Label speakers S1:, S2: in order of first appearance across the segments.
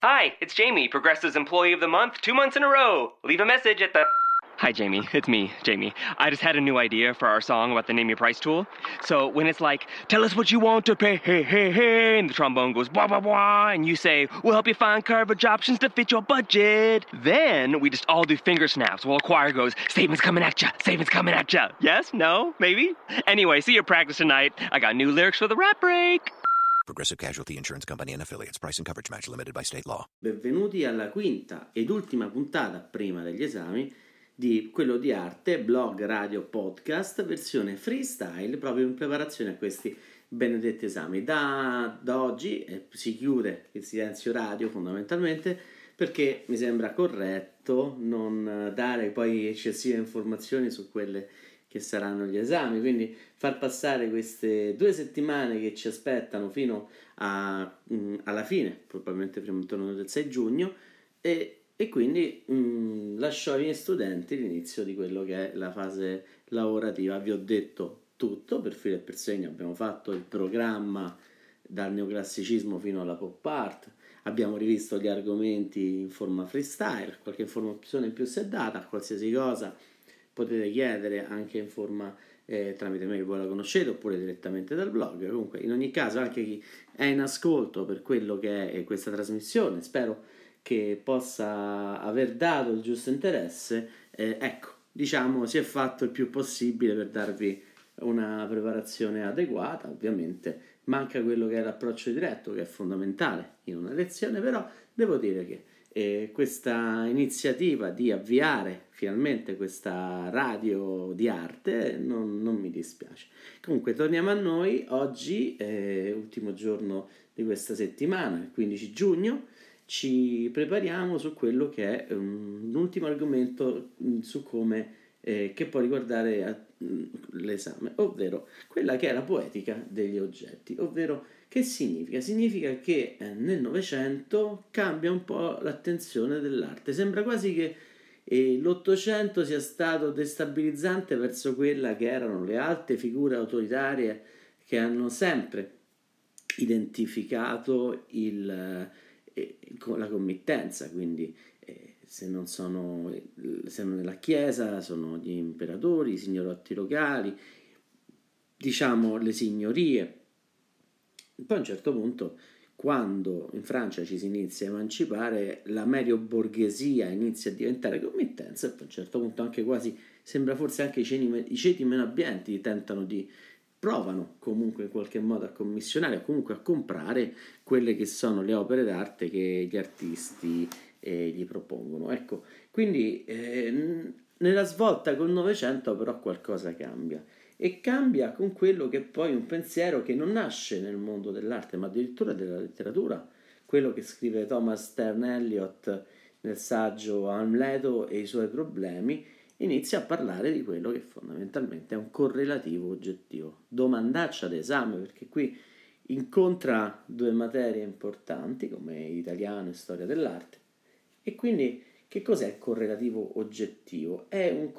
S1: Hi, it's Jamie, Progressive's Employee of the Month, 2 months in a row. Leave a message at the... Hi, Jamie. It's me, Jamie. I just had a new idea for our song about the Name Your Price tool. So when it's like, tell us what you want to pay, hey, hey, hey, and the trombone goes, blah, blah, blah, and you say, we'll help you find coverage options to fit your budget. Then we just all do finger snaps while a choir goes, statements coming at ya, statements coming at ya. Yes? No? Maybe? Anyway, see your practice tonight. I got new lyrics for the rap break.
S2: Progressive Casualty Insurance Company and Affiliates. Price and coverage match limited by state law.
S3: Benvenuti alla quinta ed ultima puntata prima degli esami di Quello di Arte, blog, radio, podcast, versione freestyle, proprio in preparazione a questi benedetti esami. Da oggi si chiude il silenzio radio fondamentalmente perché mi sembra corretto non dare poi eccessive informazioni su quelle che saranno gli esami, quindi far passare queste 2 settimane che ci aspettano fino alla fine, probabilmente prima intorno del 6 giugno, e quindi lascio ai miei studenti l'inizio di quello che è la fase lavorativa. Vi ho detto tutto per filo e per segno, abbiamo fatto il programma dal neoclassicismo fino alla pop art, abbiamo rivisto gli argomenti in forma freestyle, qualche informazione in più si è data, qualsiasi cosa potete chiedere anche in forma tramite mail, voi la conoscete, oppure direttamente dal blog. Comunque, in ogni caso, anche chi è in ascolto per quello che è questa trasmissione, spero che possa aver dato il giusto interesse. Ecco, diciamo, si è fatto il più possibile per darvi una preparazione adeguata. Ovviamente manca quello che è l'approccio diretto, che è fondamentale in una lezione, però devo dire che questa iniziativa di avviare finalmente questa radio di arte non mi dispiace. Comunque torniamo a noi. Oggi ultimo giorno di questa settimana, il 15 giugno, ci prepariamo su quello che è un ultimo argomento su come che può riguardare l'esame, ovvero quella che è la poetica degli oggetti, ovvero che significa? Significa che nel Novecento cambia un po' l'attenzione dell'arte. Sembra quasi che l'Ottocento sia stato destabilizzante verso quella che erano le alte figure autoritarie che hanno sempre identificato la committenza, quindi se non nella Chiesa sono gli imperatori, i signorotti locali, diciamo le signorie. Poi a un certo punto, quando in Francia ci si inizia a emancipare, la medio-borghesia inizia a diventare committenza, e poi a un certo punto anche quasi, sembra forse anche i ceti meno abbienti provano comunque in qualche modo a commissionare o comunque a comprare quelle che sono le opere d'arte che gli artisti gli propongono. Ecco, quindi nella svolta col Novecento però qualcosa cambia. E cambia con quello che è poi un pensiero che non nasce nel mondo dell'arte, ma addirittura della letteratura, quello che scrive Thomas Stern Eliot nel saggio Amleto e i suoi problemi, inizia a parlare di quello che fondamentalmente è un correlativo oggettivo. Domandaccia d'esame, perché qui incontra 2 materie importanti come italiano e storia dell'arte, e quindi che cos'è il correlativo oggettivo? È un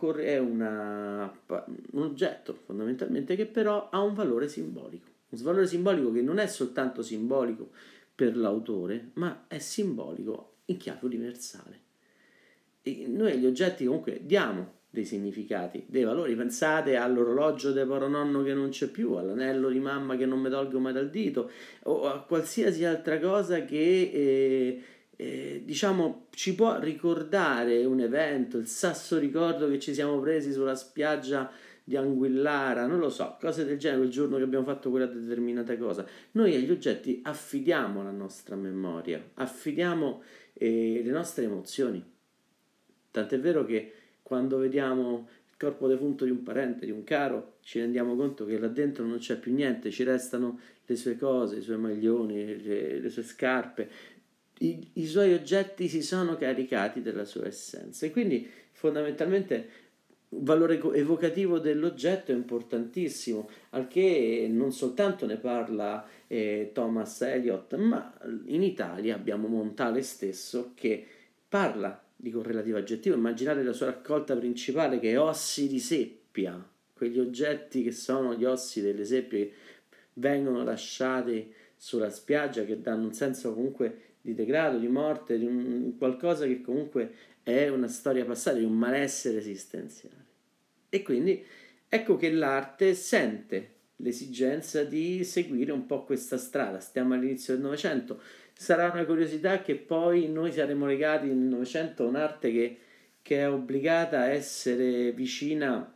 S3: oggetto fondamentalmente che però ha un valore simbolico che non è soltanto simbolico per l'autore, ma è simbolico in chiave universale. E noi agli oggetti comunque diamo dei significati, dei valori. Pensate all'orologio del poro nonno che non c'è più, all'anello di mamma che non mi tolgo mai dal dito, o a qualsiasi altra cosa che diciamo ci può ricordare un evento, il sasso ricordo che ci siamo presi sulla spiaggia di Anguillara, non lo so, cose del genere, quel giorno che abbiamo fatto quella determinata cosa. Noi agli oggetti affidiamo la nostra memoria, affidiamo le nostre emozioni, tant'è vero che quando vediamo il corpo defunto di un parente, di un caro, ci rendiamo conto che là dentro non c'è più niente, ci restano le sue cose, i suoi maglioni, le sue scarpe. I suoi oggetti si sono caricati della sua essenza, e quindi fondamentalmente il valore evocativo dell'oggetto è importantissimo, al che non soltanto ne parla Thomas Eliot, ma in Italia abbiamo Montale stesso che parla di correlativo aggettivo. Immaginate la sua raccolta principale, che è Ossi di seppia, quegli oggetti che sono gli ossi delle seppie che vengono lasciati sulla spiaggia, che danno un senso comunque di degrado, di morte, di un qualcosa che comunque è una storia passata, di un malessere esistenziale. E quindi ecco che l'arte sente l'esigenza di seguire un po' questa strada. Stiamo all'inizio del Novecento, sarà una curiosità che poi noi saremo legati nel Novecento a un'arte che è obbligata a essere vicina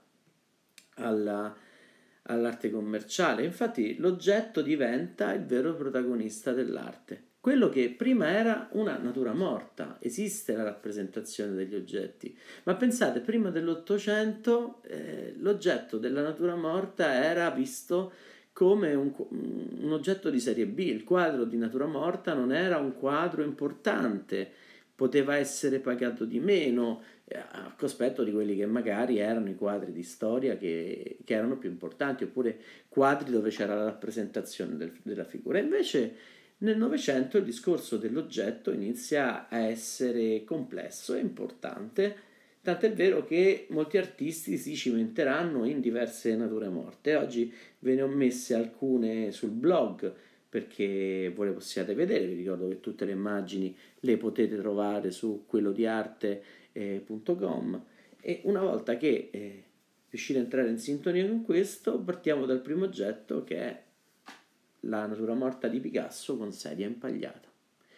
S3: all'arte commerciale. Infatti l'oggetto diventa il vero protagonista dell'arte. Quello che prima era una natura morta, esiste la rappresentazione degli oggetti, ma pensate, prima dell'Ottocento l'oggetto della natura morta era visto come un oggetto di serie B, il quadro di natura morta non era un quadro importante, poteva essere pagato di meno, a cospetto di quelli che magari erano i quadri di storia che erano più importanti, oppure quadri dove c'era la rappresentazione della figura. Invece nel Novecento il discorso dell'oggetto inizia a essere complesso e importante, tant'è vero che molti artisti si cimenteranno in diverse nature morte. Oggi ve ne ho messe alcune sul blog perché voi le possiate vedere, vi ricordo che tutte le immagini le potete trovare su quellodiarte.com e una volta che riuscite a entrare in sintonia con questo, partiamo dal primo oggetto che è la natura morta di Picasso con sedia impagliata.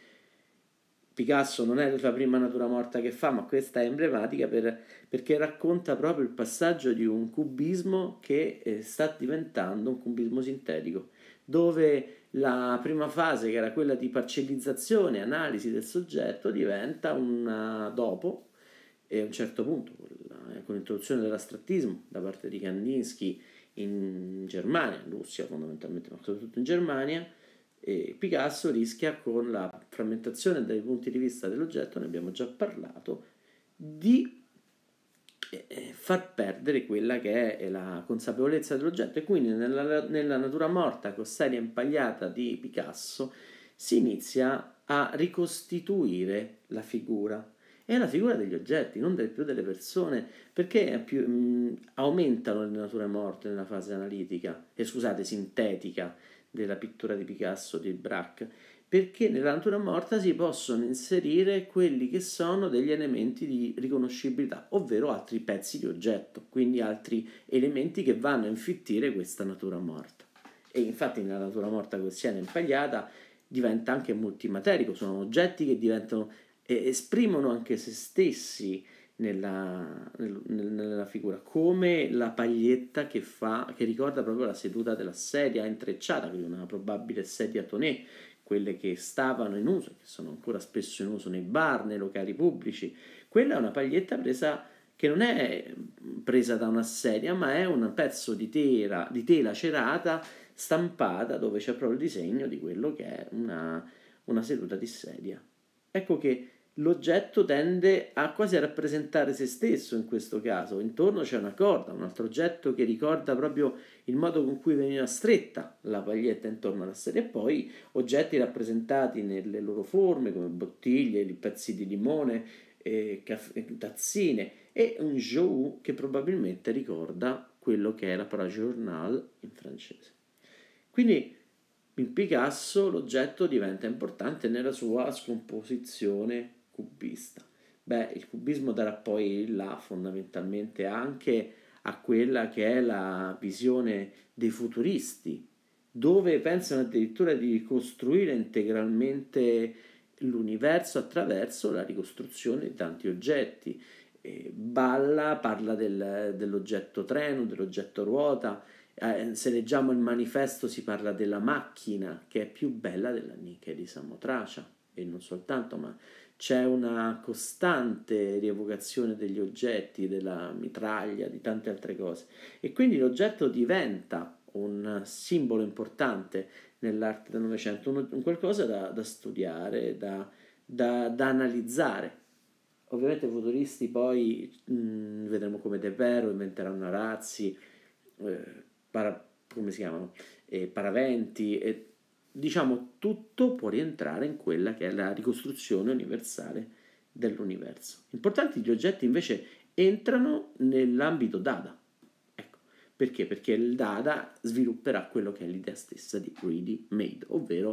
S3: Picasso non è la prima natura morta che fa, ma questa è emblematica perché racconta proprio il passaggio di un cubismo che sta diventando un cubismo sintetico, dove la prima fase, che era quella di parcellizzazione e analisi del soggetto, diventa una dopo, e a un certo punto, con l'introduzione dell'astrattismo da parte di Kandinsky in Germania, in Russia fondamentalmente, ma soprattutto in Germania, Picasso rischia, con la frammentazione dai punti di vista dell'oggetto, ne abbiamo già parlato, di far perdere quella che è la consapevolezza dell'oggetto, e quindi nella natura morta con sedia impagliata di Picasso si inizia a ricostituire la figura. È la figura degli oggetti, non più delle persone, perché aumentano le nature morte nella fase analitica, sintetica della pittura di Picasso, di Braque, perché nella natura morta si possono inserire quelli che sono degli elementi di riconoscibilità, ovvero altri pezzi di oggetto, quindi altri elementi che vanno a infittire questa natura morta. E infatti nella natura morta con sedia impagliata diventa anche multimaterico, sono oggetti che diventano esprimono anche se stessi nella figura, come la paglietta che ricorda proprio la seduta della sedia intrecciata, quindi una probabile sedia tonè, quelle che stavano in uso, che sono ancora spesso in uso nei bar, nei locali pubblici. Quella è una paglietta che non è presa da una sedia, ma è un pezzo di tela cerata, stampata, dove c'è proprio il disegno di quello che è una seduta di sedia. Ecco che l'oggetto tende quasi a rappresentare se stesso in questo caso. Intorno c'è una corda, un altro oggetto che ricorda proprio il modo con cui veniva stretta la paglietta intorno alla sedia, e poi oggetti rappresentati nelle loro forme come bottiglie, pezzi di limone, tazzine, e un jeu che probabilmente ricorda quello che è la parola journal in francese. Quindi in Picasso l'oggetto diventa importante nella sua scomposizione cubista. Il cubismo darà poi là fondamentalmente anche a quella che è la visione dei futuristi, dove pensano addirittura di ricostruire integralmente l'universo attraverso la ricostruzione di tanti oggetti. Balla parla dell'oggetto treno, dell'oggetto ruota. Se leggiamo il manifesto si parla della macchina che è più bella della Nike di Samotracia, e non soltanto, ma c'è una costante rievocazione degli oggetti, della mitraglia, di tante altre cose, e quindi l'oggetto diventa un simbolo importante nell'arte del Novecento, un qualcosa da studiare, da analizzare. Ovviamente i futuristi poi vedremo come De Vero inventeranno arazzi, come si chiamano? Paraventi, e diciamo tutto può rientrare in quella che è la ricostruzione universale dell'universo. Importanti gli oggetti invece entrano nell'ambito Dada. Ecco, perché? Perché il Dada svilupperà quello che è l'idea stessa di ready made, ovvero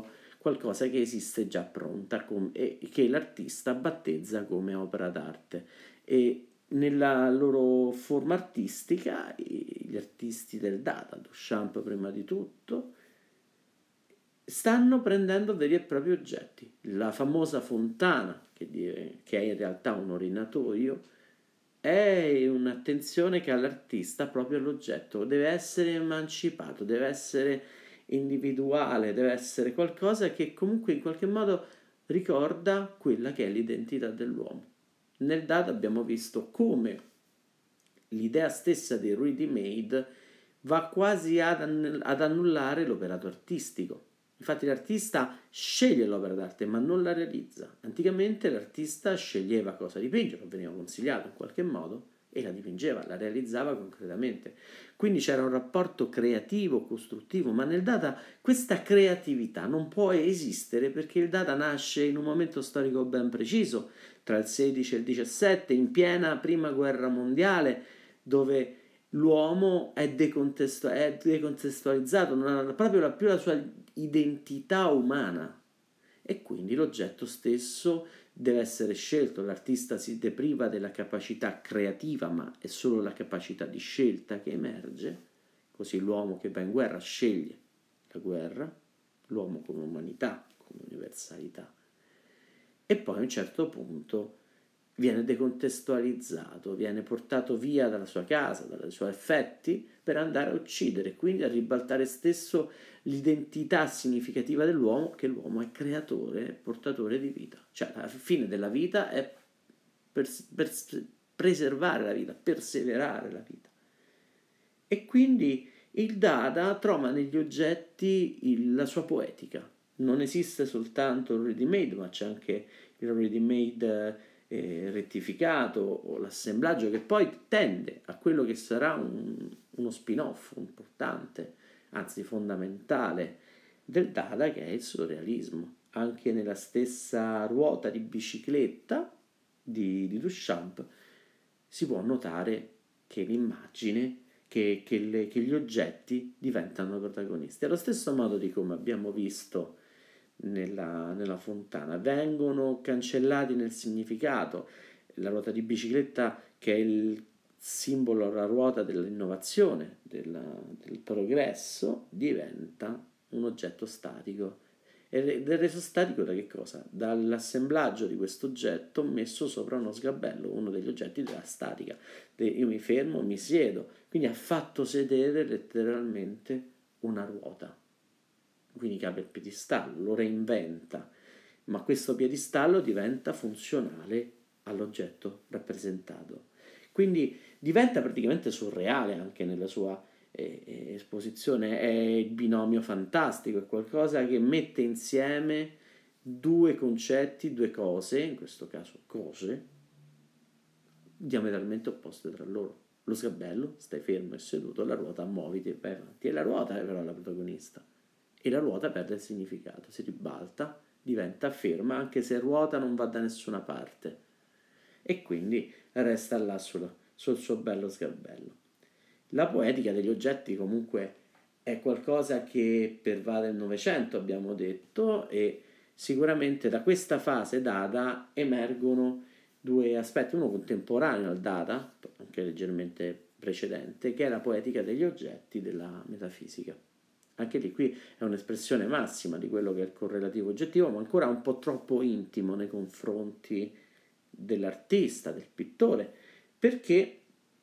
S3: qualcosa che esiste già pronta e che l'artista battezza come opera d'arte. E nella loro forma artistica, gli artisti del Dada, Duchamp prima di tutto, stanno prendendo veri e propri oggetti. La famosa fontana, che è in realtà un orinatorio, è un'attenzione che ha l'artista proprio all'oggetto. Deve essere emancipato, deve essere individuale, deve essere qualcosa che comunque in qualche modo ricorda quella che è l'identità dell'uomo. Nel Dada abbiamo visto come l'idea stessa del ready-made va quasi ad annullare l'operato artistico. Infatti l'artista sceglie l'opera d'arte ma non la realizza. Anticamente l'artista sceglieva cosa dipingere, lo veniva consigliato in qualche modo, e la dipingeva, la realizzava concretamente. Quindi c'era un rapporto creativo, costruttivo, ma nel Dada questa creatività non può esistere perché il Dada nasce in un momento storico ben preciso, tra il 16 e il 17, in piena prima guerra mondiale, dove l'uomo è decontestualizzato, non ha proprio più la sua identità umana e quindi l'oggetto stesso deve essere scelto. L'artista si depriva della capacità creativa, ma è solo la capacità di scelta che emerge. Così l'uomo che va in guerra sceglie la guerra, l'uomo come umanità, come universalità, e poi a un certo punto viene decontestualizzato, viene portato via dalla sua casa, dai suoi affetti, per andare a uccidere, quindi a ribaltare stesso l'identità significativa dell'uomo, che l'uomo è creatore, è portatore di vita. Cioè la fine della vita è preservare la vita, perseverare la vita. E quindi il Dada trova negli oggetti la sua poetica. Non esiste soltanto il ready-made, ma c'è anche il ready-made rettificato o l'assemblaggio che poi tende a quello che sarà uno spin-off importante, anzi fondamentale, del Dada, che è il surrealismo. Anche nella stessa ruota di bicicletta di Duchamp si può notare che l'immagine, che gli oggetti diventano protagonisti. Allo stesso modo di come abbiamo visto nella fontana, vengono cancellati nel significato. La ruota di bicicletta, che è il simbolo, la ruota dell'innovazione, del progresso, diventa un oggetto statico. Ed è reso statico da che cosa? Dall'assemblaggio di questo oggetto messo sopra uno sgabello, uno degli oggetti della statica. Io mi fermo, mi siedo, quindi ha fatto sedere letteralmente una ruota. Quindi cambia il piedistallo, lo reinventa, ma questo piedistallo diventa funzionale all'oggetto rappresentato. Quindi diventa praticamente surreale anche nella sua esposizione, è il binomio fantastico, è qualcosa che mette insieme due concetti, due cose, in questo caso cose, diametralmente opposte tra loro. Lo sgabello, stai fermo e seduto, la ruota muoviti e vai avanti, e la ruota è però la protagonista. E la ruota perde il significato, si ribalta, diventa ferma, anche se ruota non va da nessuna parte. E quindi resta là sul suo bello sgabello. La poetica degli oggetti comunque è qualcosa che pervade il Novecento, abbiamo detto, e sicuramente da questa fase Dada emergono due aspetti, uno contemporaneo al Dada, anche leggermente precedente, che è la poetica degli oggetti della metafisica. Anche lì qui è un'espressione massima di quello che è il correlativo oggettivo, ma ancora un po' troppo intimo nei confronti dell'artista, del pittore, perché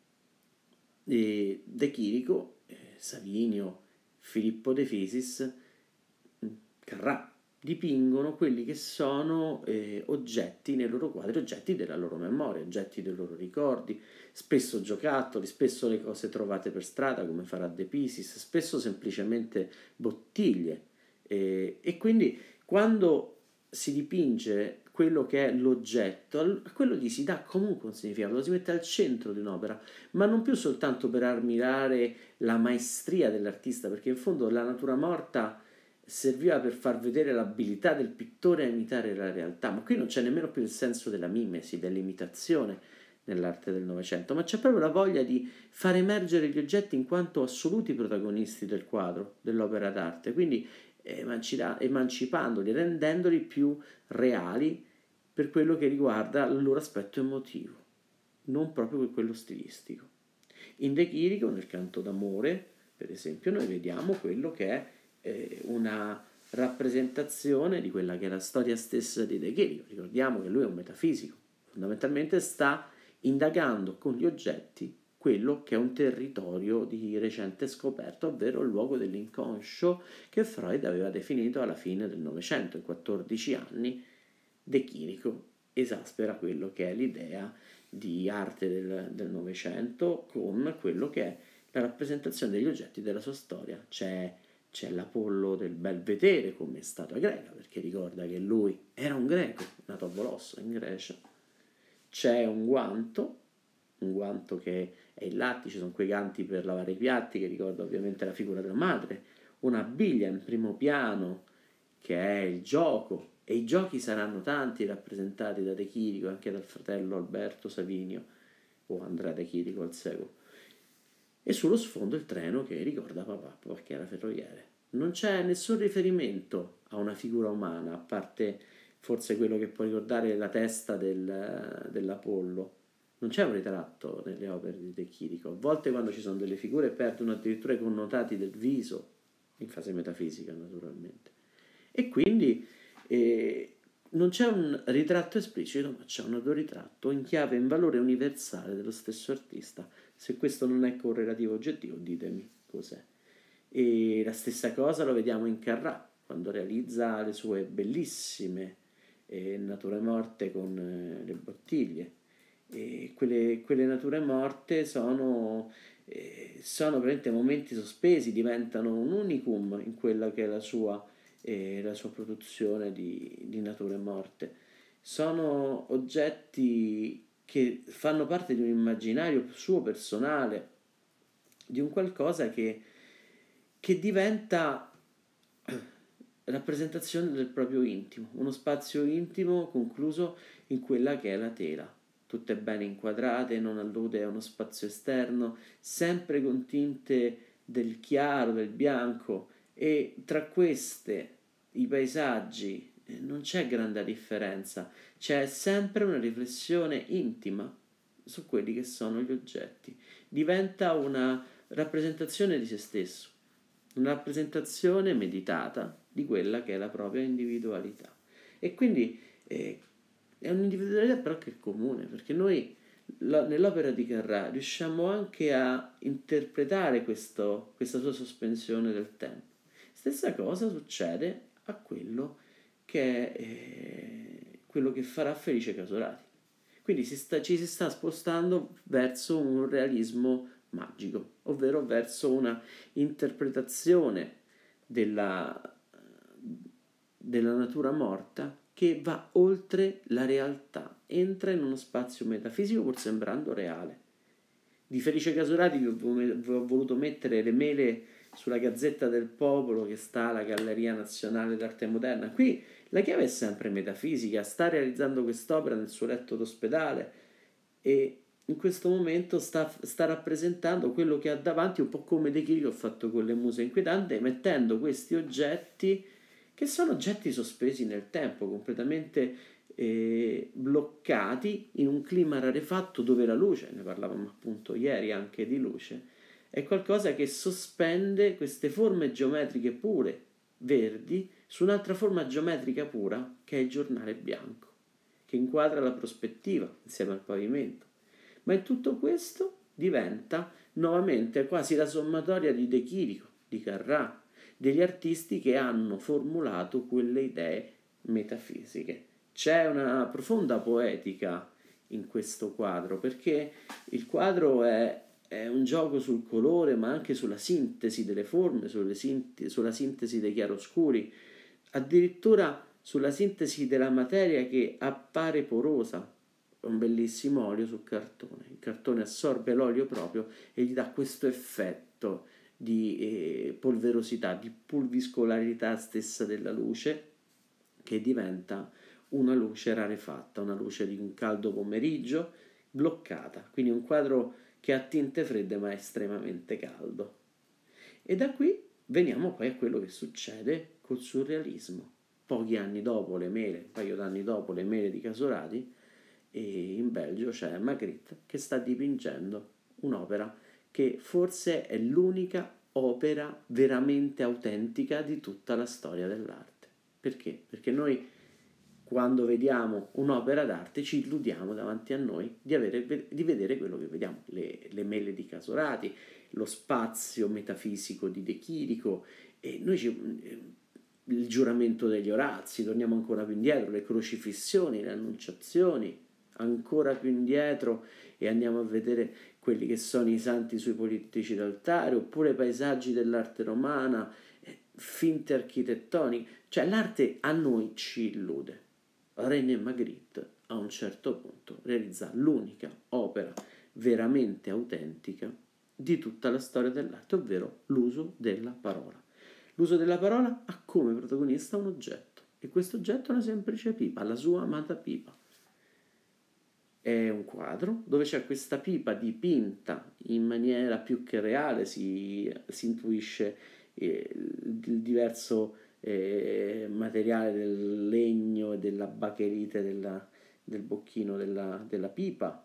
S3: De Chirico, Savinio, Filippo De Fisis, Carrà dipingono quelli che sono oggetti nei loro quadri, oggetti della loro memoria, oggetti dei loro ricordi, spesso giocattoli, spesso le cose trovate per strada come farà De Pisis, spesso semplicemente bottiglie, e quindi quando si dipinge quello che è l'oggetto, a quello gli si dà comunque un significato, lo si mette al centro di un'opera, ma non più soltanto per ammirare la maestria dell'artista, perché in fondo la natura morta serviva per far vedere l'abilità del pittore a imitare la realtà, ma qui non c'è nemmeno più il senso della mimesi, dell'imitazione nell'arte del Novecento, ma c'è proprio la voglia di far emergere gli oggetti in quanto assoluti protagonisti del quadro, dell'opera d'arte. Quindi emancipandoli, rendendoli più reali per quello che riguarda il loro aspetto emotivo, non proprio per quello stilistico. In De Chirico, nel canto d'amore, per esempio, noi vediamo quello che è una rappresentazione di quella che è la storia stessa di De Chirico. Ricordiamo che lui è un metafisico, fondamentalmente sta indagando con gli oggetti quello che è un territorio di recente scoperta, ovvero il luogo dell'inconscio che Freud aveva definito alla fine del Novecento, in 14 anni. De Chirico esaspera quello che è l'idea di arte del Novecento con quello che è la rappresentazione degli oggetti della sua storia. C'è l'Apollo del Belvedere come statua greca, perché ricorda che lui era un greco, nato a Volossa in Grecia. C'è un guanto che è il latte, ci sono quei ganti per lavare i piatti che ricorda ovviamente la figura della madre, una biglia in primo piano che è il gioco, e i giochi saranno tanti rappresentati da De Chirico, anche dal fratello Alberto Savinio o Andrea De Chirico al secolo. E sullo sfondo il treno che ricorda papà perché era ferroviere. Non c'è nessun riferimento a una figura umana, a parte forse quello che può ricordare la testa dell'Apollo. Non c'è un ritratto nelle opere di De Chirico. A volte quando ci sono delle figure perdono addirittura i connotati del viso, in fase metafisica naturalmente. E quindi non c'è un ritratto esplicito, ma c'è un autoritratto in chiave, in valore universale dello stesso artista. Se questo non è correlativo oggettivo, ditemi cos'è. E la stessa cosa lo vediamo in Carrà, quando realizza le sue bellissime nature morte con le bottiglie. E quelle nature morte sono veramente momenti sospesi, diventano un unicum in quella che è la sua produzione di nature morte. Sono oggetti che fanno parte di un immaginario suo personale, di un qualcosa che diventa rappresentazione del proprio intimo, uno spazio intimo concluso in quella che è la tela, tutte bene inquadrate, non allude a uno spazio esterno, sempre con tinte del chiaro, del bianco, e tra queste, i paesaggi, non c'è grande differenza, c'è sempre una riflessione intima su quelli che sono gli oggetti. Diventa una rappresentazione di se stesso, una rappresentazione meditata di quella che è la propria individualità. E quindi è un'individualità però che è comune, perché noi nell'opera di Carrà riusciamo anche a interpretare questa sua sospensione del tempo. Stessa cosa succede a quello che è quello che farà Felice Casolati. Quindi ci si sta spostando verso un realismo magico, ovvero verso una interpretazione della natura morta che va oltre la realtà, entra in uno spazio metafisico pur sembrando reale. Di Felice Casolati vi ho voluto mettere le mele sulla Gazzetta del Popolo che sta alla Galleria Nazionale d'Arte Moderna. Qui la chiave è sempre metafisica, sta realizzando quest'opera nel suo letto d'ospedale e in questo momento sta rappresentando quello che ha davanti, un po' come De Chirico ha fatto con le Muse Inquietanti, mettendo questi oggetti che sono oggetti sospesi nel tempo, completamente bloccati in un clima rarefatto dove la luce, ne parlavamo appunto ieri anche di luce, è qualcosa che sospende queste forme geometriche pure, verdi, su un'altra forma geometrica pura che è il giornale bianco, che inquadra la prospettiva insieme al pavimento. Ma in tutto questo diventa nuovamente quasi la sommatoria di De Chirico, di Carrà, degli artisti che hanno formulato quelle idee metafisiche. C'è una profonda poetica in questo quadro, perché il quadro è un gioco sul colore, ma anche sulla sintesi delle forme, sulla sintesi dei chiaroscuri, addirittura sulla sintesi della materia che appare porosa. Un bellissimo olio sul cartone. Il cartone assorbe l'olio proprio e gli dà questo effetto di polverosità, di pulviscolarità stessa della luce, che diventa una luce rarefatta, una luce di un caldo pomeriggio bloccata, quindi un quadro che ha tinte fredde ma è estremamente caldo. E da qui veniamo poi a quello che succede col surrealismo. Pochi anni dopo le mele, un paio d'anni dopo le mele di Casorati, e in Belgio c'è Magritte che sta dipingendo un'opera che forse è l'unica opera veramente autentica di tutta la storia dell'arte. Perché? Perché noi quando vediamo un'opera d'arte ci illudiamo davanti a noi di vedere quello che vediamo, le mele di Casorati, lo spazio metafisico di De Chirico, e noi il giuramento degli Orazi, torniamo ancora più indietro, le crocifissioni, le annunciazioni, ancora più indietro e andiamo a vedere quelli che sono i santi sui polittici d'altare, oppure paesaggi dell'arte romana, finte architettoniche. Cioè l'arte a noi ci illude. René Magritte a un certo punto realizza l'unica opera veramente autentica di tutta la storia dell'arte, ovvero l'uso della parola. L'uso della parola ha come protagonista un oggetto, e questo oggetto è una semplice pipa, la sua amata pipa. È un quadro dove c'è questa pipa dipinta in maniera più che reale, si intuisce il diverso materiale del legno e della bacherite del bocchino della pipa.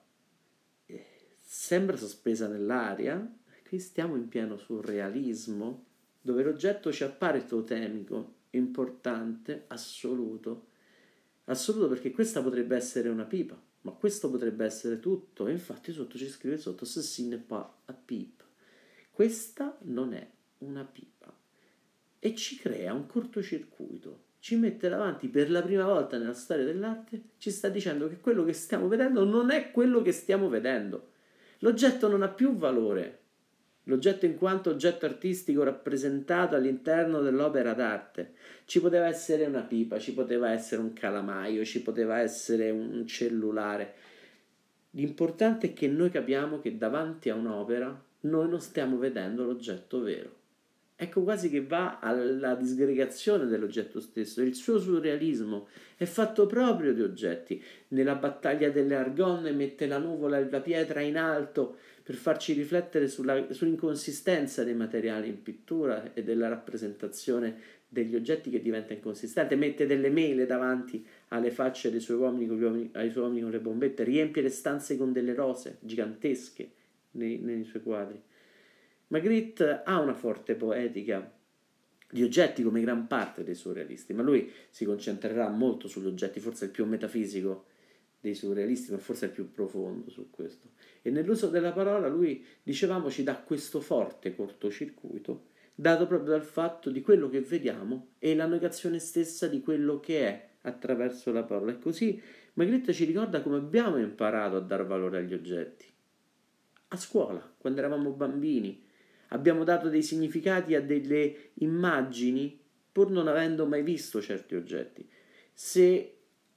S3: Sembra sospesa nell'aria. Qui stiamo in pieno surrealismo, dove l'oggetto ci appare totemico, importante, assoluto perché questa potrebbe essere una pipa, ma questo potrebbe essere tutto, e infatti sotto ci scrive ceci n'est pas a pipe. Questa non è una pipa, e ci crea un cortocircuito, ci mette davanti per la prima volta nella storia dell'arte, ci sta dicendo che quello che stiamo vedendo non è quello che stiamo vedendo. L'oggetto non ha più valore, l'oggetto in quanto oggetto artistico rappresentato all'interno dell'opera d'arte. Ci poteva essere una pipa, ci poteva essere un calamaio, ci poteva essere un cellulare. L'importante è che noi capiamo che davanti a un'opera noi non stiamo vedendo l'oggetto vero. Ecco quasi che va alla disgregazione dell'oggetto stesso. Il suo surrealismo è fatto proprio di oggetti. Nella battaglia delle Argonne mette la nuvola e la pietra in alto per farci riflettere sull'inconsistenza dei materiali in pittura e della rappresentazione degli oggetti che diventa inconsistente. Mette delle mele davanti alle facce dei suoi uomini con le bombette, riempie le stanze con delle rose gigantesche nei suoi quadri. Magritte ha una forte poetica di oggetti come gran parte dei surrealisti, ma lui si concentrerà molto sugli oggetti, forse il più metafisico dei surrealisti, ma forse il più profondo su questo. E nell'uso della parola lui, dicevamo, ci dà questo forte cortocircuito dato proprio dal fatto di quello che vediamo e la negazione stessa di quello che è attraverso la parola. E così Magritte ci ricorda come abbiamo imparato a dar valore agli oggetti. A scuola, quando eravamo bambini, abbiamo dato dei significati a delle immagini pur non avendo mai visto certi oggetti. Se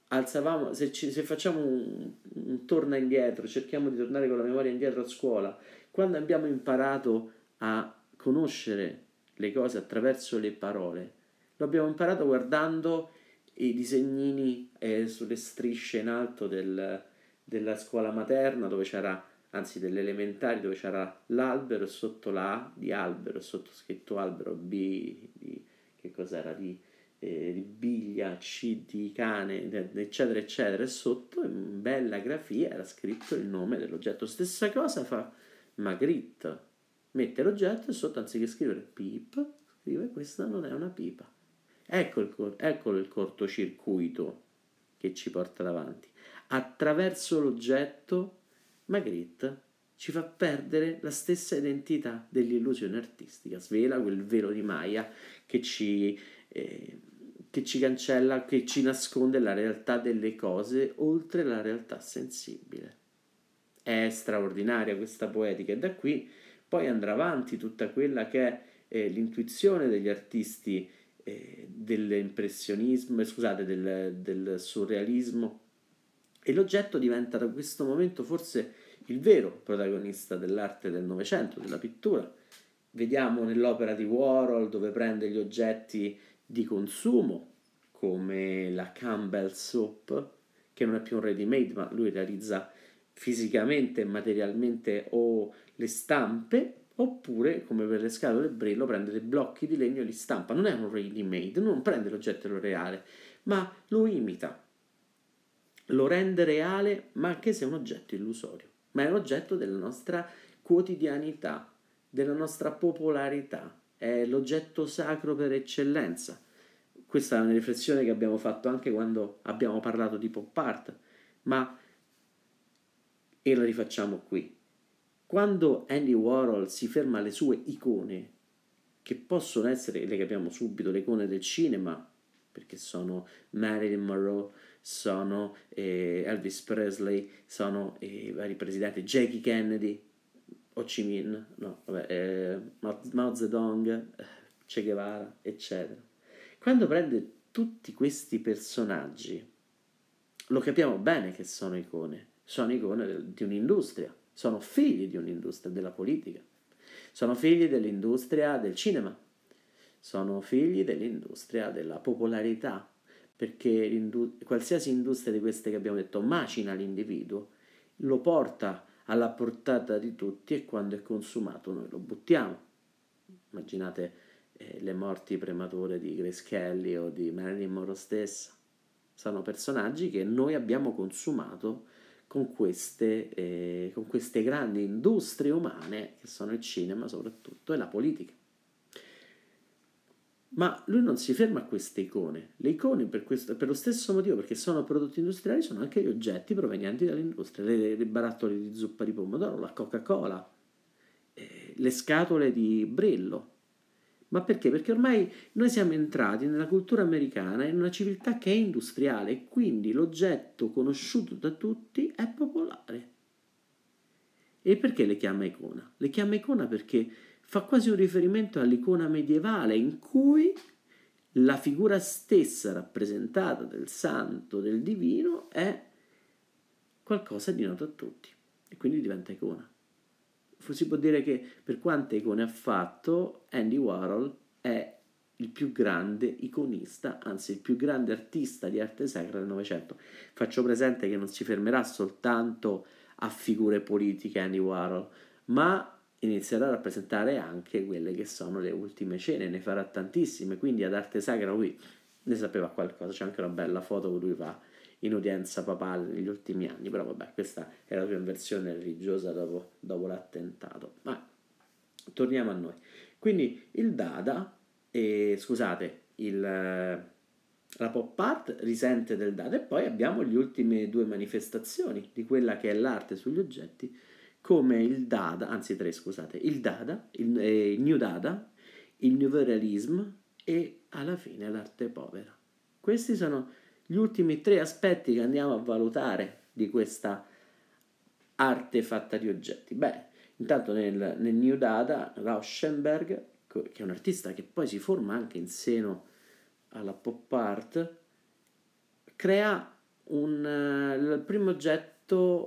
S3: facciamo un torna indietro, cerchiamo di tornare con la memoria indietro a scuola, quando abbiamo imparato a conoscere le cose attraverso le parole, lo abbiamo imparato guardando i disegnini sulle strisce in alto della scuola materna, dove c'era, anzi delle elementari, dove c'era l'albero e sotto la A di albero e sotto scritto albero, B di che cos'era, di biglia, C di cane, eccetera eccetera, e sotto in bella grafia era scritto il nome dell'oggetto. Stessa cosa fa Magritte, mette l'oggetto e sotto, anziché scrivere pip, scrive questa non è una pipa. Ecco il cortocircuito che ci porta davanti. Attraverso l'oggetto Magritte ci fa perdere la stessa identità dell'illusione artistica, svela quel velo di Maya che ci cancella, che ci nasconde la realtà delle cose oltre la realtà sensibile. È straordinaria questa poetica, e da qui poi andrà avanti tutta quella che è l'intuizione degli artisti dell'impressionismo, del surrealismo, e l'oggetto diventa da questo momento forse il vero protagonista dell'arte del Novecento, della pittura. Vediamo nell'opera di Warhol, dove prende gli oggetti di consumo come la Campbell Soup, che non è più un ready made, ma lui realizza fisicamente e materialmente o le stampe, Oppure, come per le scatole del Brillo, prende dei blocchi di legno e li stampa. Non è un ready made, non prende l'oggetto reale, ma lo imita, lo rende reale, ma anche se è un oggetto illusorio. Ma è un oggetto della nostra quotidianità, della nostra popolarità. È l'oggetto sacro per eccellenza. Questa è una riflessione che abbiamo fatto anche quando abbiamo parlato di pop art, ma e la rifacciamo qui. Quando Andy Warhol si ferma alle sue icone, che possono essere, le capiamo subito, le icone del cinema, perché sono Marilyn Monroe, sono Elvis Presley, sono i vari presidenti, Jackie Kennedy, Ho Chi Minh, no, vabbè, Mao Zedong, Che Guevara, eccetera. Quando prende tutti questi personaggi, lo capiamo bene che sono icone di un'industria, sono figli di un'industria della politica, sono figli dell'industria del cinema, sono figli dell'industria della popolarità, perché qualsiasi industria di queste che abbiamo detto macina l'individuo, lo porta alla portata di tutti e quando è consumato noi lo buttiamo. Immaginate le morti premature di Grace Kelly o di Marilyn Monroe stessa. Sono personaggi che noi abbiamo consumato con queste grandi industrie umane che sono il cinema soprattutto e la politica. Ma lui non si ferma a queste icone. Le icone per lo stesso motivo, perché sono prodotti industriali, sono anche gli oggetti provenienti dall'industria, le barattole di zuppa di pomodoro, la Coca-Cola, le scatole di Brillo. Ma perché? Perché ormai noi siamo entrati nella cultura americana in una civiltà che è industriale e quindi l'oggetto conosciuto da tutti è popolare. E perché le chiama icona? Le chiama icona perché fa quasi un riferimento all'icona medievale in cui la figura stessa rappresentata del santo, del divino, è qualcosa di noto a tutti e quindi diventa icona. Si può dire che per quante icone ha fatto, Andy Warhol è il più grande iconista, anzi il più grande artista di arte sacra del Novecento. Faccio presente che non si fermerà soltanto a figure politiche Andy Warhol, ma inizierà a rappresentare anche quelle che sono le ultime cene, ne farà tantissime, quindi ad arte sacra lui ne sapeva qualcosa, c'è anche una bella foto dove lui va in udienza papale negli ultimi anni, però vabbè, questa è la sua versione religiosa dopo l'attentato. Ma torniamo a noi. Quindi il Dada, la pop art risente del Dada e poi abbiamo le ultime due manifestazioni di quella che è l'arte sugli oggetti, come il Dada, anzi tre scusate, il Dada, il New Dada, il Nouveau Realisme e alla fine l'arte povera. Questi sono gli ultimi tre aspetti che andiamo a valutare di questa arte fatta di oggetti. Beh, intanto nel New Dada, Rauschenberg, che è un artista che poi si forma anche in seno alla pop art, crea il primo oggetto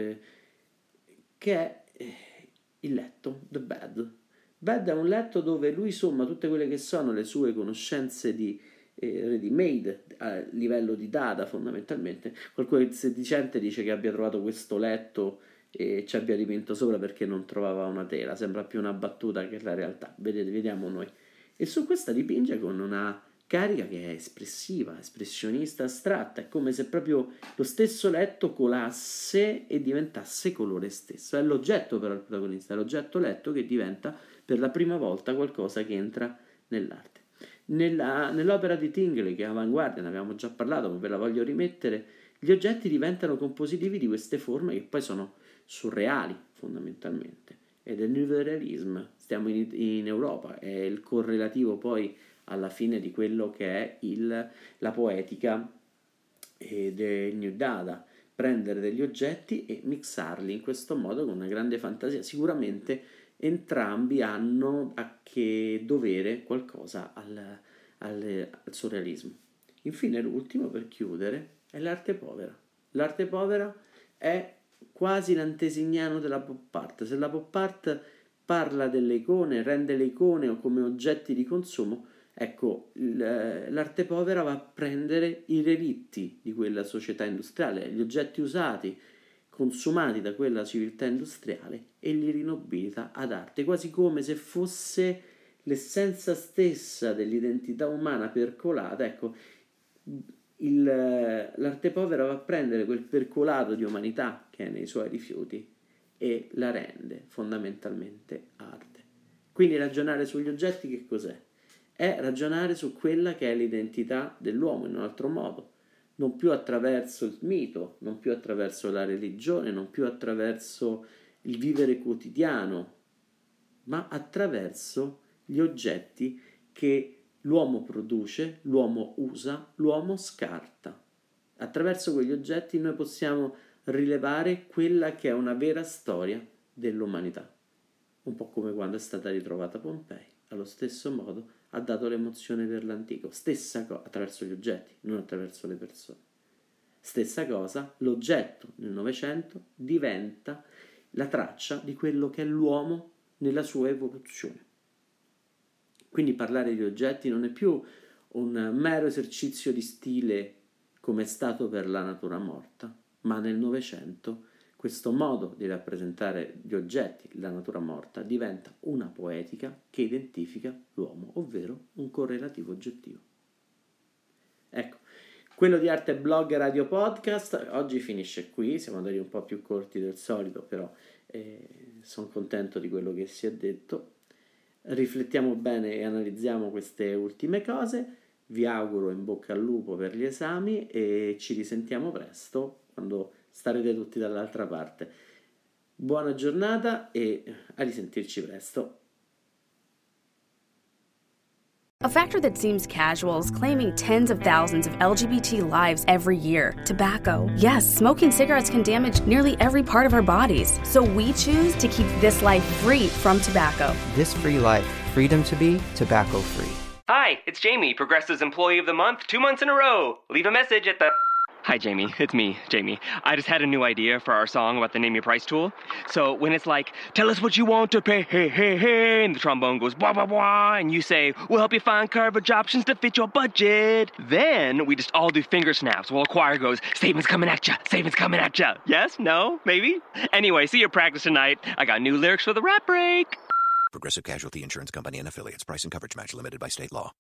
S3: che è il letto, the bed. Bed è un letto dove lui somma tutte quelle che sono le sue conoscenze di ready made a livello di Dada fondamentalmente. Qualcuno sedicente dice che abbia trovato questo letto e ci abbia dipinto sopra perché non trovava una tela, sembra più una battuta che la realtà. Vedete, vediamo noi. E su questa dipinge con una carica che è espressiva, espressionista, astratta, è come se proprio lo stesso letto colasse e diventasse colore stesso. È l'oggetto però il protagonista, è l'oggetto letto che diventa per la prima volta qualcosa che entra nell'arte. Nell'opera di Tingley, che è avanguardia, ne abbiamo già parlato, ma ve la voglio rimettere, gli oggetti diventano compositivi di queste forme che poi sono surreali fondamentalmente. Ed è il neorealismo, stiamo in Europa, è il correlativo poi alla fine di quello che è la poetica del New Dada, prendere degli oggetti e mixarli in questo modo con una grande fantasia. Sicuramente entrambi hanno a che dovere qualcosa al surrealismo. Infine l'ultimo, per chiudere, è l'arte povera. L'arte povera è quasi l'antesignano della pop art. Se la pop art parla delle icone, rende le icone come oggetti di consumo, ecco, l'arte povera va a prendere i relitti di quella società industriale, gli oggetti usati consumati da quella civiltà industriale e li rinobilita ad arte, quasi come se fosse l'essenza stessa dell'identità umana percolata. Ecco, l'arte povera va a prendere quel percolato di umanità che è nei suoi rifiuti e la rende fondamentalmente arte. Quindi ragionare sugli oggetti che cos'è? È ragionare su quella che è l'identità dell'uomo in un altro modo, non più attraverso il mito, non più attraverso la religione, non più attraverso il vivere quotidiano, ma attraverso gli oggetti che l'uomo produce, l'uomo usa, l'uomo scarta. Attraverso quegli oggetti noi possiamo rilevare quella che è una vera storia dell'umanità. Un po' come quando è stata ritrovata Pompei, allo stesso modo ha dato l'emozione per l'antico, stessa cosa attraverso gli oggetti, non attraverso le persone. Stessa cosa, l'oggetto nel Novecento diventa la traccia di quello che è l'uomo nella sua evoluzione. Quindi parlare di oggetti non è più un mero esercizio di stile come è stato per la natura morta, ma nel Novecento questo modo di rappresentare gli oggetti, la natura morta, diventa una poetica che identifica l'uomo, ovvero un correlativo oggettivo. Ecco, quello di Arte Blog Radio Podcast oggi finisce qui, siamo andati un po' più corti del solito, però sono contento di quello che si è detto. Riflettiamo bene e analizziamo queste ultime cose. Vi auguro in bocca al lupo per gli esami e ci risentiamo presto quando starete tutti dall'altra parte. Buona giornata e a risentirci presto.
S4: A factor that seems casual is claiming tens of thousands of LGBT lives every year. Tobacco. Yes, smoking cigarettes can damage nearly every part of our bodies. So we choose to keep this life free from tobacco.
S5: This free life, freedom to be tobacco-free.
S1: Hi, it's Jamie, Progressive's Employee of the Month, 2 months in a row. Leave a message at the... Hi, Jamie. It's me, Jamie. I just had a new idea for our song about the Name Your Price tool. So when it's like, tell us what you want to pay, hey, hey, hey, and the trombone goes, blah, blah, blah, and you say, we'll help you find coverage options to fit your budget. Then we just all do finger snaps while a choir goes, savings coming at ya, savings coming at ya. Yes? No? Maybe? Anyway, see your practice tonight. I got new lyrics for the rap break.
S2: Progressive Casualty Insurance Company and Affiliates. Price and coverage match limited by state law.